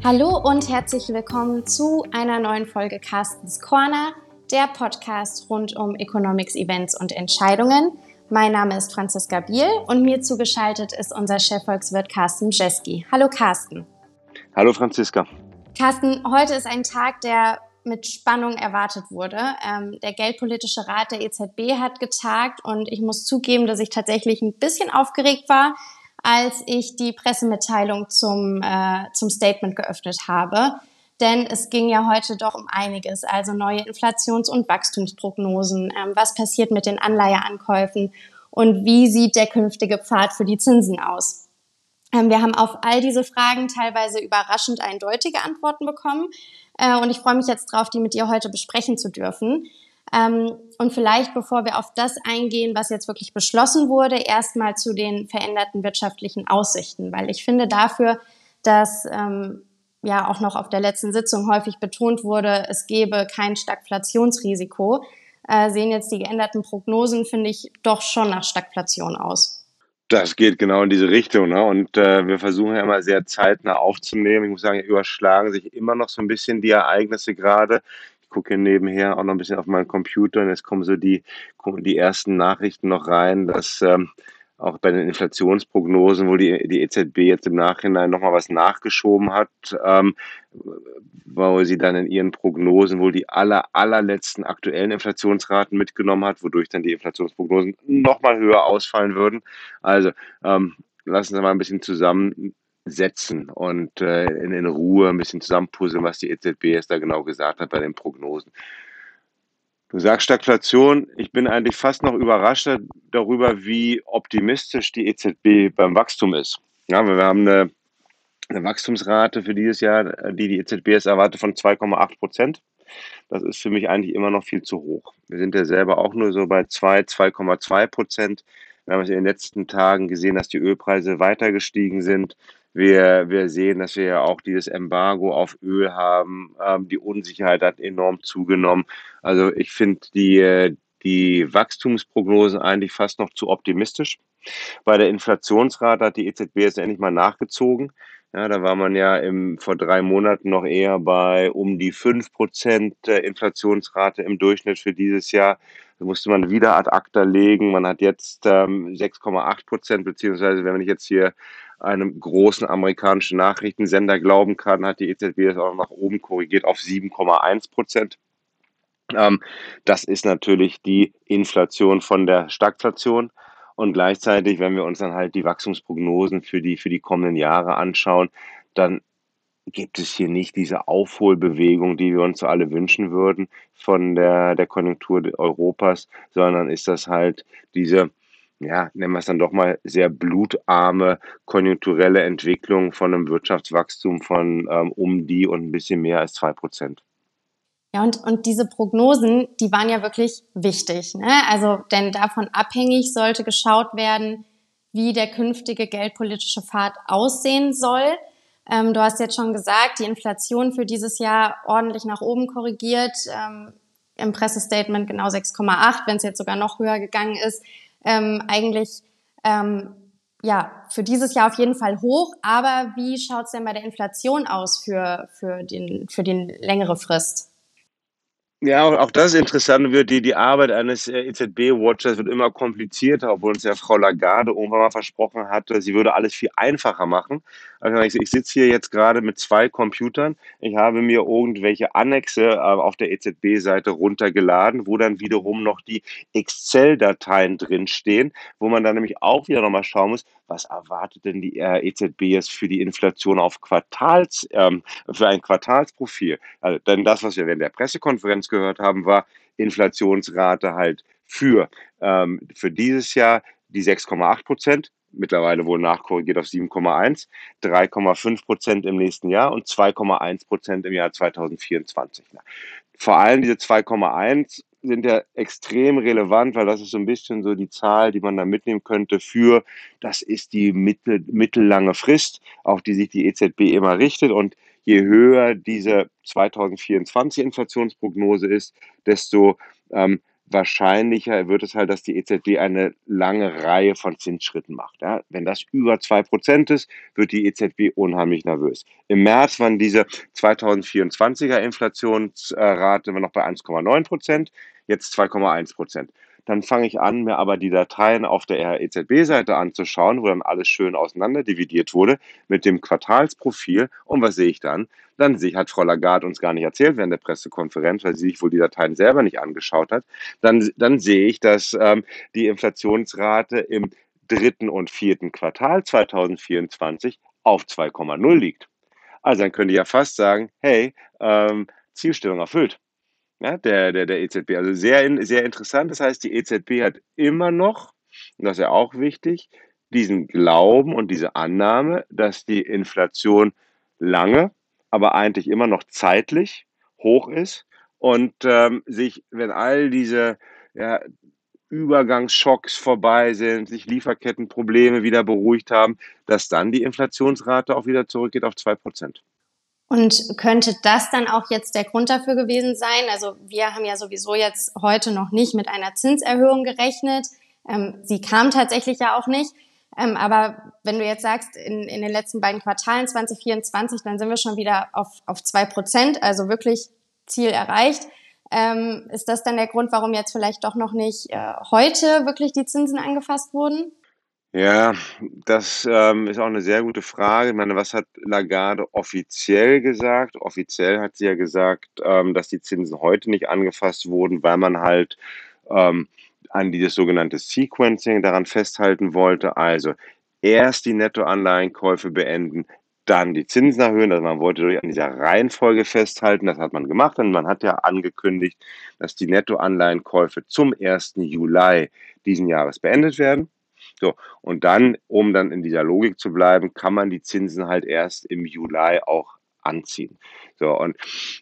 Hallo und herzlich willkommen zu einer neuen Folge Carstens Corner, der Podcast rund um Economics, Events und Entscheidungen. Mein Name ist Franziska Biel und mir zugeschaltet ist unser Chefvolkswirt Carsten Bjeski. Hallo Carsten. Hallo Franziska. Carsten, heute ist ein Tag, der mit Spannung erwartet wurde. Der Geldpolitische Rat der EZB hat getagt und ich muss zugeben, dass ich tatsächlich ein bisschen aufgeregt war, als ich die Pressemitteilung zum Statement geöffnet habe. Denn es ging ja heute doch um einiges, also neue Inflations- und Wachstumsprognosen, was passiert mit den Anleiheankäufen und wie sieht der künftige Pfad für die Zinsen aus. Wir haben auf all diese Fragen teilweise überraschend eindeutige Antworten bekommen und ich freue mich jetzt drauf, die mit dir heute besprechen zu dürfen. Und vielleicht, bevor wir auf das eingehen, was jetzt wirklich beschlossen wurde, erstmal zu den veränderten wirtschaftlichen Aussichten, weil ich finde dafür, dass ja auch noch auf der letzten Sitzung häufig betont wurde, es gebe kein Stagflationsrisiko, sehen jetzt die geänderten Prognosen, finde ich, doch schon nach Stagflation aus. Das geht genau in diese Richtung, ne? Und wir versuchen ja immer sehr zeitnah aufzunehmen. Ich muss sagen, überschlagen sich immer noch so ein bisschen die Ereignisse gerade. Ich gucke hier nebenher auch noch ein bisschen auf meinen Computer und jetzt kommen die ersten Nachrichten noch rein, dass auch bei den Inflationsprognosen, wo die EZB jetzt im Nachhinein noch mal was nachgeschoben hat, wo sie dann in ihren Prognosen wohl die allerletzten aktuellen Inflationsraten mitgenommen hat, wodurch dann die Inflationsprognosen noch mal höher ausfallen würden. Also lassen Sie mal ein bisschen zusammensetzen und in Ruhe ein bisschen zusammenpuzzeln, was die EZB jetzt da genau gesagt hat bei den Prognosen. Du sagst Stagflation. Ich bin eigentlich fast noch überrascht darüber, wie optimistisch die EZB beim Wachstum ist. Ja, wir haben eine Wachstumsrate für dieses Jahr, die EZB jetzt erwartet, von 2,8%. Das ist für mich eigentlich immer noch viel zu hoch. Wir sind ja selber auch nur so bei 2,2%. Wir haben es in den letzten Tagen gesehen, dass die Ölpreise weiter gestiegen sind. Wir sehen, dass wir ja auch dieses Embargo auf Öl haben. Die Unsicherheit hat enorm zugenommen. Also ich finde die Wachstumsprognosen eigentlich fast noch zu optimistisch. Bei der Inflationsrate hat die EZB jetzt endlich mal nachgezogen. Ja, da war man ja vor 3 Monaten noch eher bei um die 5% Inflationsrate im Durchschnitt für dieses Jahr. Da musste man wieder ad acta legen. Man hat jetzt 6,8%, beziehungsweise wenn ich jetzt hier einem großen amerikanischen Nachrichtensender glauben kann, hat die EZB das auch nach oben korrigiert auf 7,1%. Das ist natürlich die Inflation von der Stagflation. Und gleichzeitig, wenn wir uns dann halt die Wachstumsprognosen für die kommenden Jahre anschauen, dann gibt es hier nicht diese Aufholbewegung, die wir uns so alle wünschen würden von der Konjunktur Europas, sondern ist das halt diese, ja, nennen wir es dann doch mal, sehr blutarme konjunkturelle Entwicklung von einem Wirtschaftswachstum von um die und ein bisschen mehr als 2%. Ja, und diese Prognosen, die waren ja wirklich wichtig, ne? Also, denn davon abhängig sollte geschaut werden, wie der künftige geldpolitische Pfad aussehen soll. Du hast jetzt schon gesagt, die Inflation für dieses Jahr ordentlich nach oben korrigiert. Im Pressestatement genau 6,8, wenn es jetzt sogar noch höher gegangen ist. Eigentlich ja, für dieses Jahr auf jeden Fall hoch. Aber wie schaut's denn bei der Inflation aus für die längere Frist? Ja, auch das ist interessant wird. Die Arbeit eines EZB-Watchers wird immer komplizierter, obwohl uns ja Frau Lagarde irgendwann mal versprochen hatte, sie würde alles viel einfacher machen. Also ich sitze hier jetzt gerade mit 2 Computern. Ich habe mir irgendwelche Annexe auf der EZB-Seite runtergeladen, wo dann wiederum noch die Excel-Dateien drinstehen, wo man dann nämlich auch wieder nochmal schauen muss, was erwartet denn die EZB jetzt für die Inflation für ein Quartalsprofil? Also, denn das, was wir während der Pressekonferenz gehört haben, war Inflationsrate halt für dieses Jahr die 6,8%, mittlerweile wohl nachkorrigiert auf 7,1, 3,5% im nächsten Jahr und 2,1% im Jahr 2024. Vor allem diese 2,1 sind ja extrem relevant, weil das ist so ein bisschen so die Zahl, die man da mitnehmen könnte das ist die mittellange Frist, auf die sich die EZB immer richtet. Und je höher diese 2024 Inflationsprognose ist, desto wahrscheinlicher wird es halt, dass die EZB eine lange Reihe von Zinsschritten macht. Ja. Wenn das über 2% ist, wird die EZB unheimlich nervös. Im März waren diese 2024er Inflationsrate noch bei 1,9%, jetzt 2,1%. Dann fange ich an, mir aber die Dateien auf der EZB-Seite anzuschauen, wo dann alles schön auseinander dividiert wurde mit dem Quartalsprofil. Und was sehe ich dann? Hat Frau Lagarde uns gar nicht erzählt während der Pressekonferenz, weil sie sich wohl die Dateien selber nicht angeschaut hat. Dann sehe ich, dass die Inflationsrate im dritten und vierten Quartal 2024 auf 2,0 liegt. Also dann könnte ich ja fast sagen, hey, Zielstellung erfüllt. Ja, der EZB. Also sehr interessant. Das heißt, die EZB hat immer noch, und das ist ja auch wichtig, diesen Glauben und diese Annahme, dass die Inflation lange, aber eigentlich immer noch zeitlich hoch ist und sich, wenn all diese ja, Übergangsschocks vorbei sind, sich Lieferkettenprobleme wieder beruhigt haben, dass dann die Inflationsrate auch wieder zurückgeht auf 2%. Und könnte das dann auch jetzt der Grund dafür gewesen sein? Also wir haben ja sowieso jetzt heute noch nicht mit einer Zinserhöhung gerechnet. Sie kam tatsächlich ja auch nicht. Aber wenn du jetzt sagst, in den letzten beiden Quartalen 2024, dann sind wir schon wieder auf 2%, also wirklich Ziel erreicht. Ist das dann der Grund, warum jetzt vielleicht doch noch nicht heute wirklich die Zinsen angefasst wurden? Ja, das ist auch eine sehr gute Frage. Ich meine, was hat Lagarde offiziell gesagt? Offiziell hat sie ja gesagt, dass die Zinsen heute nicht angefasst wurden, weil man halt ähm, an dieses sogenannte Sequencing daran festhalten wollte. Also erst die Nettoanleihenkäufe beenden, dann die Zinsen erhöhen. Also man wollte an dieser Reihenfolge festhalten. Das hat man gemacht und man hat ja angekündigt, dass die Nettoanleihenkäufe zum 1. Juli diesen Jahres beendet werden. So, und dann, um dann in dieser Logik zu bleiben, kann man die Zinsen halt erst im Juli auch anziehen. So, und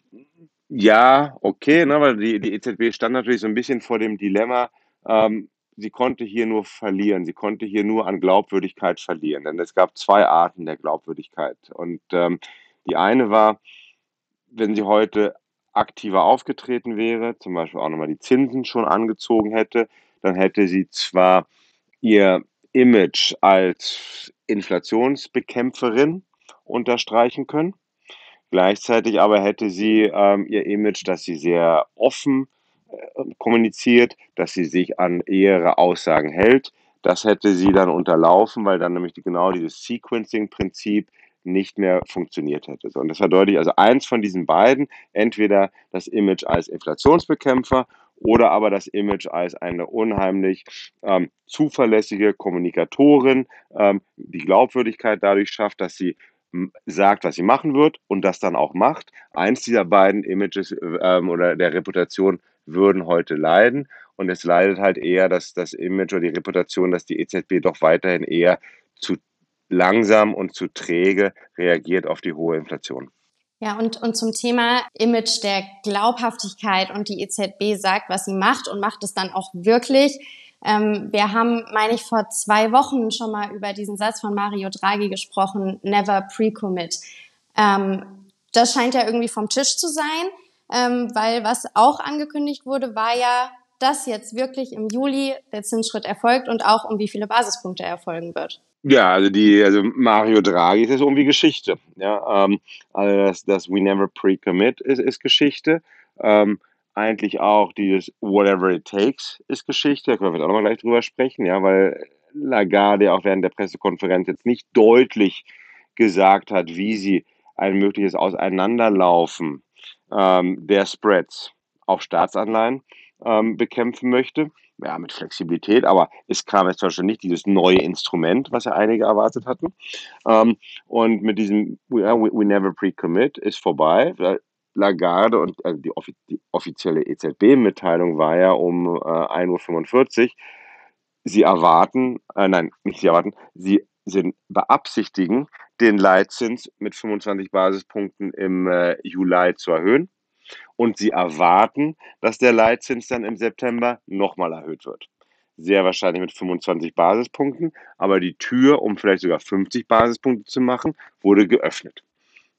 ja, okay, ne, weil die EZB stand natürlich so ein bisschen vor dem Dilemma, sie konnte hier nur verlieren, sie konnte hier nur an Glaubwürdigkeit verlieren, denn es gab zwei Arten der Glaubwürdigkeit. Und die eine war, wenn sie heute aktiver aufgetreten wäre, zum Beispiel auch nochmal die Zinsen schon angezogen hätte, dann hätte sie zwar ihr Image als Inflationsbekämpferin unterstreichen können. Gleichzeitig aber hätte sie ihr Image, dass sie sehr offen kommuniziert, dass sie sich an ihre Aussagen hält. Das hätte sie dann unterlaufen, weil dann nämlich genau dieses Sequencing-Prinzip nicht mehr funktioniert hätte. So, und das verdeutlicht also eins von diesen beiden, entweder das Image als Inflationsbekämpfer oder aber das Image als eine unheimlich zuverlässige Kommunikatorin, die Glaubwürdigkeit dadurch schafft, dass sie sagt, was sie machen wird und das dann auch macht. Eins dieser beiden Images oder der Reputation würden heute leiden. Und es leidet halt eher das Image oder die Reputation, dass die EZB doch weiterhin eher zu langsam und zu träge reagiert auf die hohe Inflation. Ja, und zum Thema Image der Glaubhaftigkeit und die EZB sagt, was sie macht und macht es dann auch wirklich. Wir haben, meine ich, vor 2 Wochen schon mal über diesen Satz von Mario Draghi gesprochen, never pre-commit. Das scheint ja irgendwie vom Tisch zu sein, weil was auch angekündigt wurde, war ja, dass jetzt wirklich im Juli der Zinsschritt erfolgt und auch um wie viele Basispunkte er erfolgen wird. Ja, also Mario Draghi ist irgendwie Geschichte. Ja, also das We Never Pre-Commit ist Geschichte. Eigentlich auch dieses Whatever It Takes ist Geschichte. Da können wir auch nochmal gleich drüber sprechen, ja, weil Lagarde auch während der Pressekonferenz jetzt nicht deutlich gesagt hat, wie sie ein mögliches Auseinanderlaufen der Spreads auf Staatsanleihen bekämpfen möchte. Ja, mit Flexibilität, aber es kam jetzt zum Beispiel nicht dieses neue Instrument, was ja einige erwartet hatten. Und mit diesem We Never Pre-Commit ist vorbei. Lagarde und die offizielle EZB-Mitteilung war ja um 1:45 Uhr. Sie erwarten, nein, nicht sie erwarten, sie beabsichtigen, den Leitzins mit 25 Basispunkten im Juli zu erhöhen. Und sie erwarten, dass der Leitzins dann im September nochmal erhöht wird. Sehr wahrscheinlich mit 25 Basispunkten, aber die Tür, um vielleicht sogar 50 Basispunkte zu machen, wurde geöffnet.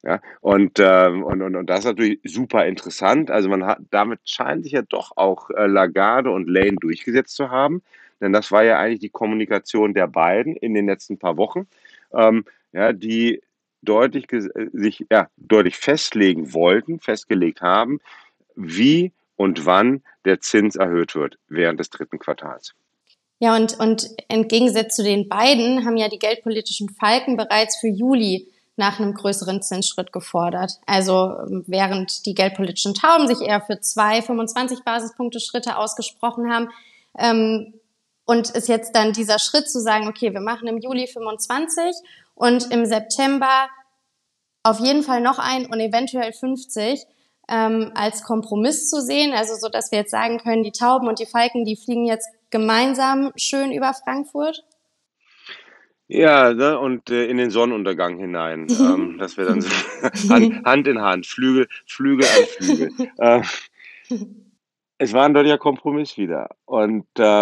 Ja, und das ist natürlich super interessant. Also man hat, damit scheint sich ja doch auch Lagarde und Lane durchgesetzt zu haben, denn das war ja eigentlich die Kommunikation der beiden in den letzten paar Wochen, ja, die sich deutlich festlegen wollten, festgelegt haben, wie und wann der Zins erhöht wird während des dritten Quartals. Ja, und im Gegensatz zu den beiden haben ja die geldpolitischen Falken bereits für Juli nach einem größeren Zinsschritt gefordert. Also während die geldpolitischen Tauben sich eher für 25 Basispunkte Schritte ausgesprochen haben, und ist jetzt dann dieser Schritt zu sagen, okay, wir machen im Juli 25 und im September auf jeden Fall noch ein und eventuell 50 als Kompromiss zu sehen, also so, dass wir jetzt sagen können, die Tauben und die Falken, die fliegen jetzt gemeinsam schön über Frankfurt. Ja, ne, und in den Sonnenuntergang hinein, dass wir dann so Hand in Hand, Flügel an Flügel. Es war ein deutlicher Kompromiss wieder. Und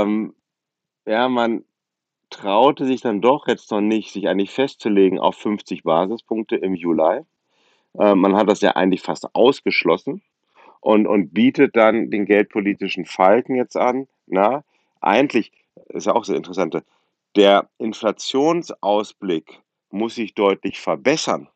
ja, man traute sich dann doch jetzt noch nicht, sich eigentlich festzulegen auf 50 Basispunkte im Juli. Man hat das ja eigentlich fast ausgeschlossen und bietet dann den geldpolitischen Falken jetzt an. Na, eigentlich ist ja auch sehr interessant. Der Inflationsausblick muss sich deutlich verbessern,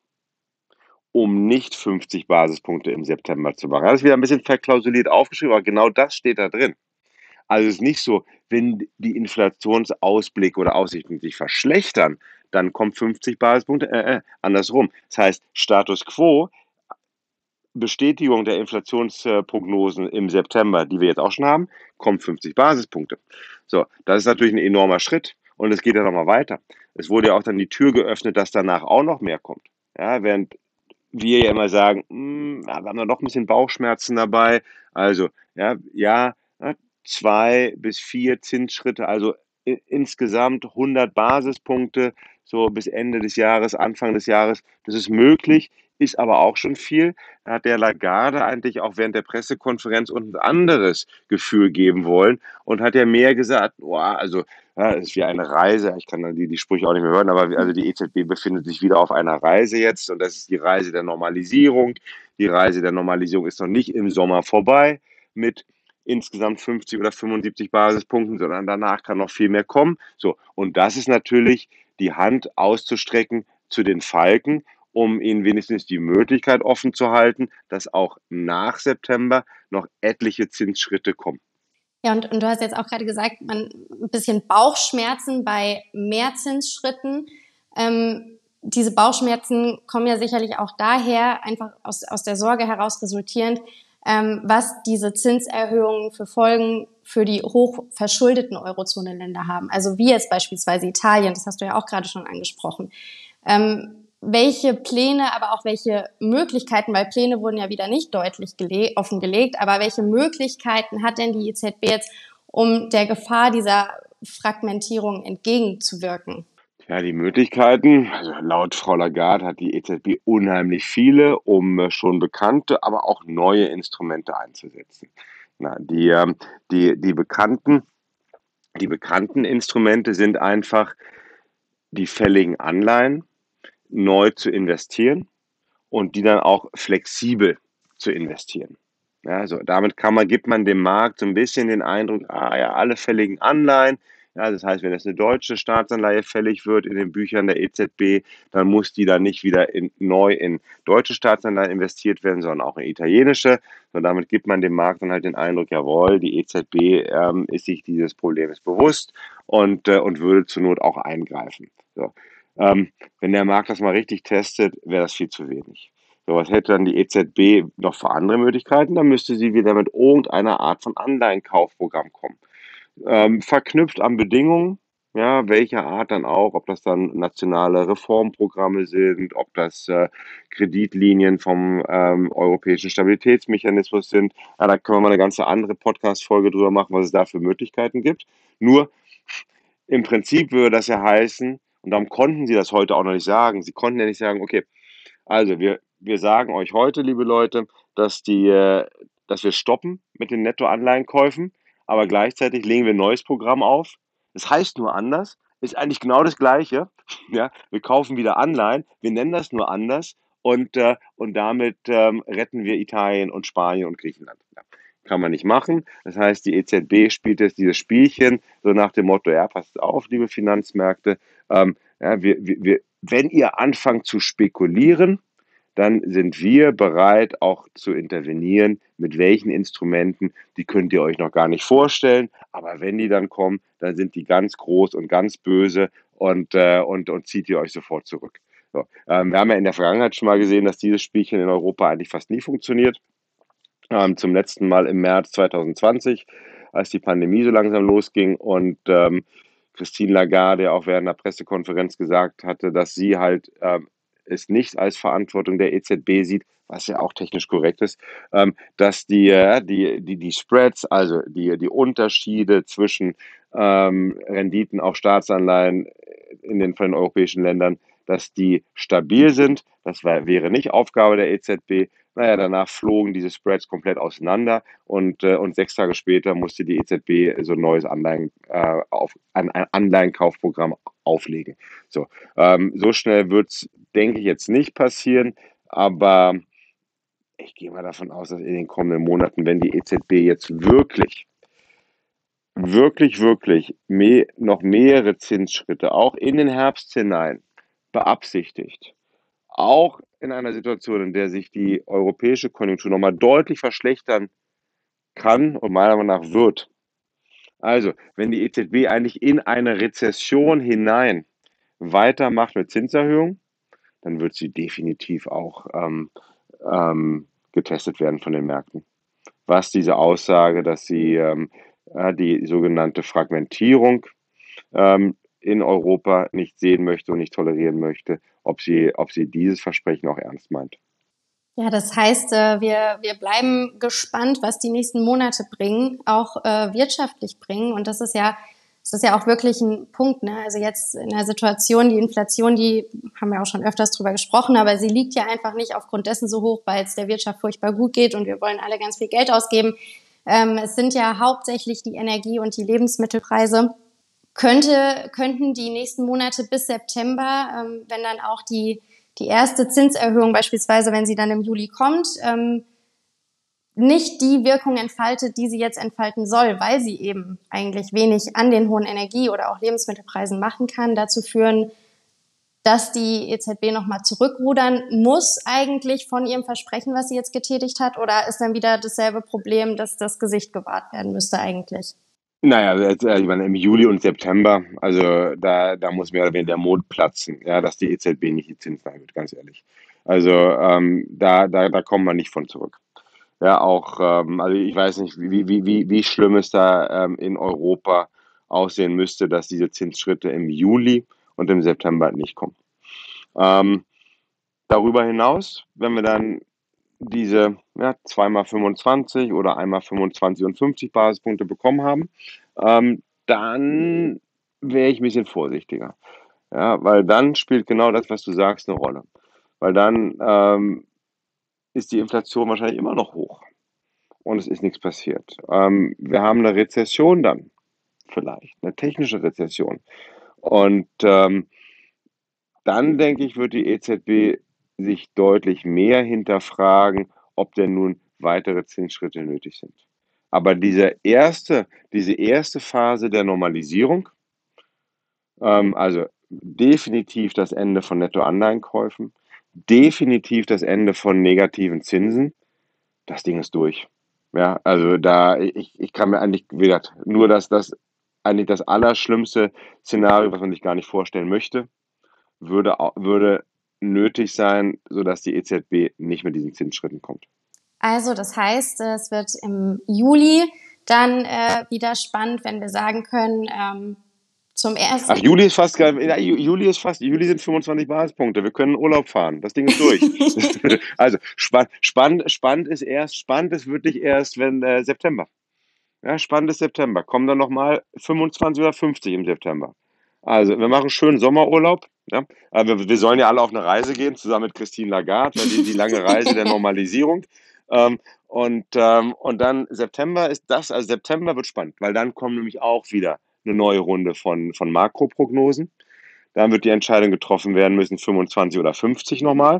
um nicht 50 Basispunkte im September zu machen. Das ist wieder ein bisschen verklausuliert aufgeschrieben, aber genau das steht da drin. Also es ist nicht so, wenn die Inflationsausblicke oder Aussichten sich verschlechtern, dann kommt 50 Basispunkte, andersrum. Das heißt, Status quo, Bestätigung der Inflationsprognosen im September, die wir jetzt auch schon haben, kommt 50 Basispunkte. So, das ist natürlich ein enormer Schritt und es geht ja nochmal weiter. Es wurde ja auch dann die Tür geöffnet, dass danach auch noch mehr kommt. Ja, während wir ja immer sagen, ja, wir haben da noch ein bisschen Bauchschmerzen dabei. Also, ja, 2 bis 4 Zinsschritte, also insgesamt 100 Basispunkte, so bis Ende des Jahres, Anfang des Jahres. Das ist möglich, ist aber auch schon viel. Da hat der Lagarde eigentlich auch während der Pressekonferenz ein anderes Gefühl geben wollen und hat ja mehr gesagt, boah, also ja, es ist wie eine Reise. Ich kann dann die Sprüche auch nicht mehr hören, aber also die EZB befindet sich wieder auf einer Reise jetzt und das ist die Reise der Normalisierung. Die Reise der Normalisierung ist noch nicht im Sommer vorbei mit insgesamt 50 oder 75 Basispunkten, sondern danach kann noch viel mehr kommen. So, und das ist natürlich die Hand auszustrecken zu den Falken, um ihnen wenigstens die Möglichkeit offen zu halten, dass auch nach September noch etliche Zinsschritte kommen. Ja, und du hast jetzt auch gerade gesagt, man ein bisschen Bauchschmerzen bei Mehrzinsschritten. Diese Bauchschmerzen kommen ja sicherlich auch daher, einfach aus der Sorge heraus resultierend, was diese Zinserhöhungen für Folgen für die hochverschuldeten Eurozone-Länder haben. Also wie jetzt beispielsweise Italien, das hast du ja auch gerade schon angesprochen. Welche Pläne, aber auch welche Möglichkeiten, weil Pläne wurden ja wieder nicht deutlich offengelegt, aber welche Möglichkeiten hat denn die EZB jetzt, um der Gefahr dieser Fragmentierung entgegenzuwirken? Ja, die Möglichkeiten, also laut Frau Lagarde hat die EZB unheimlich viele, um schon bekannte, aber auch neue Instrumente einzusetzen. Na, die bekannten Instrumente sind einfach die fälligen Anleihen neu zu investieren und die dann auch flexibel zu investieren. Ja, also damit gibt man dem Markt so ein bisschen den Eindruck, ja, alle fälligen Anleihen, ja, das heißt, wenn jetzt eine deutsche Staatsanleihe fällig wird in den Büchern der EZB, dann muss die dann nicht wieder neu in deutsche Staatsanleihen investiert werden, sondern auch in italienische. Und damit gibt man dem Markt dann halt den Eindruck, jawohl, die EZB ist sich dieses Problems bewusst und würde zur Not auch eingreifen. So. Wenn der Markt das mal richtig testet, wäre das viel zu wenig. So, was hätte dann die EZB noch für andere Möglichkeiten? Dann müsste sie wieder mit irgendeiner Art von Anleihenkaufprogramm kommen. Verknüpft an Bedingungen, ja, welcher Art dann auch, ob das dann nationale Reformprogramme sind, ob das Kreditlinien vom Europäischen Stabilitätsmechanismus sind. Ja, da können wir mal eine ganze andere Podcast-Folge drüber machen, was es da für Möglichkeiten gibt. Nur im Prinzip würde das ja heißen, und darum konnten sie das heute auch noch nicht sagen. Sie konnten ja nicht sagen, okay, also wir sagen euch heute, liebe Leute, dass wir stoppen mit den Nettoanleihenkäufen, aber gleichzeitig legen wir ein neues Programm auf. Das heißt nur anders, ist eigentlich genau das Gleiche. Ja, wir kaufen wieder Anleihen, wir nennen das nur anders und damit retten wir Italien und Spanien und Griechenland. Ja, kann man nicht machen. Das heißt, die EZB spielt jetzt dieses Spielchen so nach dem Motto, ja, passt auf, liebe Finanzmärkte, ja, wenn ihr anfangt zu spekulieren, dann sind wir bereit, auch zu intervenieren. Mit welchen Instrumenten, die könnt ihr euch noch gar nicht vorstellen. Aber wenn die dann kommen, dann sind die ganz groß und ganz böse und zieht ihr euch sofort zurück. So, wir haben ja in der Vergangenheit schon mal gesehen, dass dieses Spielchen in Europa eigentlich fast nie funktioniert. Zum letzten Mal im März 2020, als die Pandemie so langsam losging und Christine Lagarde ja auch während einer Pressekonferenz gesagt hatte, dass sie halt es nicht als Verantwortung der EZB sieht, was ja auch technisch korrekt ist, dass die Spreads, also die Unterschiede zwischen Renditen auf Staatsanleihen von den europäischen Ländern, dass die stabil sind. Das wäre nicht Aufgabe der EZB. Naja, danach flogen diese Spreads komplett auseinander und 6 Tage später musste die EZB so ein neues ein Anleihenkaufprogramm auflegen. So schnell wird es, denke ich, jetzt nicht passieren, aber ich gehe mal davon aus, dass in den kommenden Monaten, wenn die EZB jetzt wirklich noch mehrere Zinsschritte, auch in den Herbst hinein, beabsichtigt, auch in einer Situation, in der sich die europäische Konjunktur nochmal deutlich verschlechtern kann und meiner Meinung nach wird. Also, wenn die EZB eigentlich in eine Rezession hinein weitermacht mit Zinserhöhungen, dann wird sie definitiv auch getestet werden von den Märkten. Was diese Aussage, dass sie die sogenannte Fragmentierung in Europa nicht sehen möchte und nicht tolerieren möchte, ob sie dieses Versprechen auch ernst meint. Ja, das heißt, wir bleiben gespannt, was die nächsten Monate bringen, auch wirtschaftlich bringen. Und das ist ja auch wirklich ein Punkt, ne? Also jetzt in der Situation, die Inflation, die haben wir auch schon öfters drüber gesprochen, aber sie liegt ja einfach nicht aufgrund dessen so hoch, weil es der Wirtschaft furchtbar gut geht und wir wollen alle ganz viel Geld ausgeben. Es sind ja hauptsächlich die Energie- und die Lebensmittelpreise. Könnten die nächsten Monate bis September, wenn dann auch die erste Zinserhöhung beispielsweise, wenn sie dann im Juli kommt, nicht die Wirkung entfaltet, die sie jetzt entfalten soll, weil sie eben eigentlich wenig an den hohen Energie- oder auch Lebensmittelpreisen machen kann, dazu führen, dass die EZB nochmal zurückrudern muss eigentlich von ihrem Versprechen, was sie jetzt getätigt hat? Oder ist dann wieder dasselbe Problem, dass das Gesicht gewahrt werden müsste eigentlich? Naja, ich meine, im Juli und September, also da muss mehr oder weniger der Mond platzen, ja, dass die EZB nicht die Zinsen erhöht, ganz ehrlich. Also da kommen wir nicht von zurück. Ja, auch, also ich weiß nicht, wie schlimm es da in Europa aussehen müsste, dass diese Zinsschritte im Juli und im September nicht kommen. Ähm, Darüber hinaus, wenn wir dann diese zweimal 25 oder einmal 25 und 50 Basispunkte bekommen haben, dann wäre ich ein bisschen vorsichtiger. Ja, weil dann spielt genau das, was du sagst, eine Rolle. Weil dann ist die Inflation wahrscheinlich immer noch hoch und es ist nichts passiert. Wir haben eine Rezession dann vielleicht, eine technische Rezession. Und dann denke ich, wird die EZB sich deutlich mehr hinterfragen, ob denn nun weitere Zinsschritte nötig sind. Aber diese erste Phase der Normalisierung, also definitiv das Ende von Nettoanleihenkäufen, definitiv das Ende von negativen Zinsen, das Ding ist durch. Ja, also ich kann mir eigentlich, wie gesagt, nur eigentlich das allerschlimmste Szenario, was man sich gar nicht vorstellen möchte, würde nötig sein, sodass die EZB nicht mit diesen Zinsschritten kommt. Also das heißt, es wird im Juli dann wieder spannend, wenn wir sagen können, zum Ach, ersten. Juli ist fast geil. Juli sind 25 Basispunkte. Wir können in Urlaub fahren. Das Ding ist durch. Also spannend ist wirklich erst, wenn September. Ja, spannend ist September. Kommen dann nochmal 25 oder 50 im September. Also, wir machen schönen Sommerurlaub. Ja? Aber wir sollen ja alle auf eine Reise gehen, zusammen mit Christine Lagarde, weil die lange Reise der Normalisierung. Und dann also September wird spannend, weil dann kommen nämlich auch wieder eine neue Runde von Makroprognosen. Dann wird die Entscheidung getroffen werden müssen, 25 oder 50 nochmal.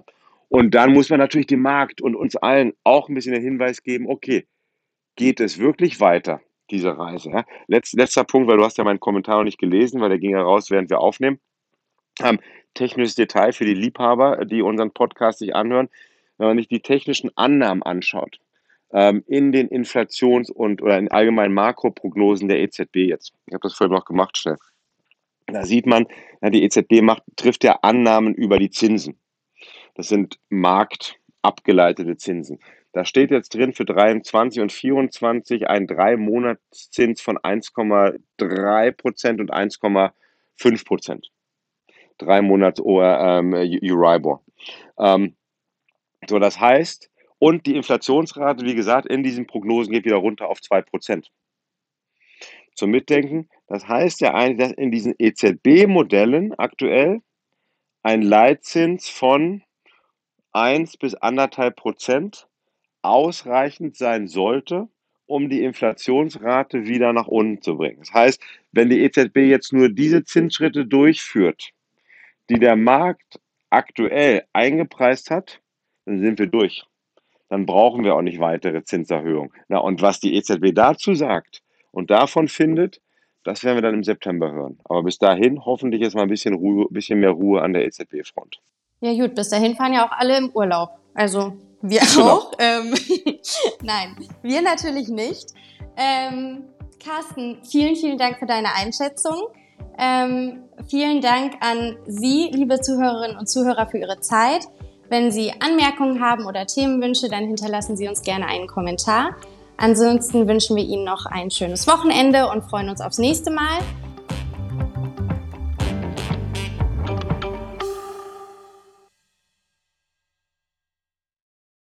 Und dann muss man natürlich dem Markt und uns allen auch ein bisschen den Hinweis geben, okay, geht es wirklich weiter, diese Reise? Ja? Letzter Punkt, weil du hast ja meinen Kommentar noch nicht gelesen, weil der ging ja raus, während wir aufnehmen. Technisches Detail für die Liebhaber, die unseren Podcast sich anhören, wenn man sich die technischen Annahmen anschaut, in den oder in allgemeinen Makroprognosen der EZB jetzt. Ich habe das vorhin noch gemacht, schnell. Da sieht man, die EZB trifft ja Annahmen über die Zinsen. Das sind marktabgeleitete Zinsen. Da steht jetzt drin für 23 und 24 ein 3-Monats-Zins von 1,3% und 1,5%. 3 Monats Euribor. So, das heißt, und die Inflationsrate, wie gesagt, in diesen Prognosen geht wieder runter auf 2%. Zum Mitdenken, das heißt ja eigentlich, dass in diesen EZB-Modellen aktuell ein Leitzins von 1 bis 1,5% ausreichend sein sollte, um die Inflationsrate wieder nach unten zu bringen. Das heißt, wenn die EZB jetzt nur diese Zinsschritte durchführt, die der Markt aktuell eingepreist hat, dann sind wir durch. Dann brauchen wir auch nicht weitere Zinserhöhungen. Na, und was die EZB dazu sagt und davon findet, das werden wir dann im September hören. Aber bis dahin hoffentlich jetzt mal ein bisschen mehr Ruhe an der EZB-Front. Ja gut, bis dahin fahren ja auch alle im Urlaub. Also wir Genau. auch. Nein, wir natürlich nicht. Carsten, vielen, vielen Dank für deine Einschätzung. Vielen Dank an Sie, liebe Zuhörerinnen und Zuhörer, für Ihre Zeit. Wenn Sie Anmerkungen haben oder Themenwünsche, dann hinterlassen Sie uns gerne einen Kommentar. Ansonsten wünschen wir Ihnen noch ein schönes Wochenende und freuen uns aufs nächste Mal.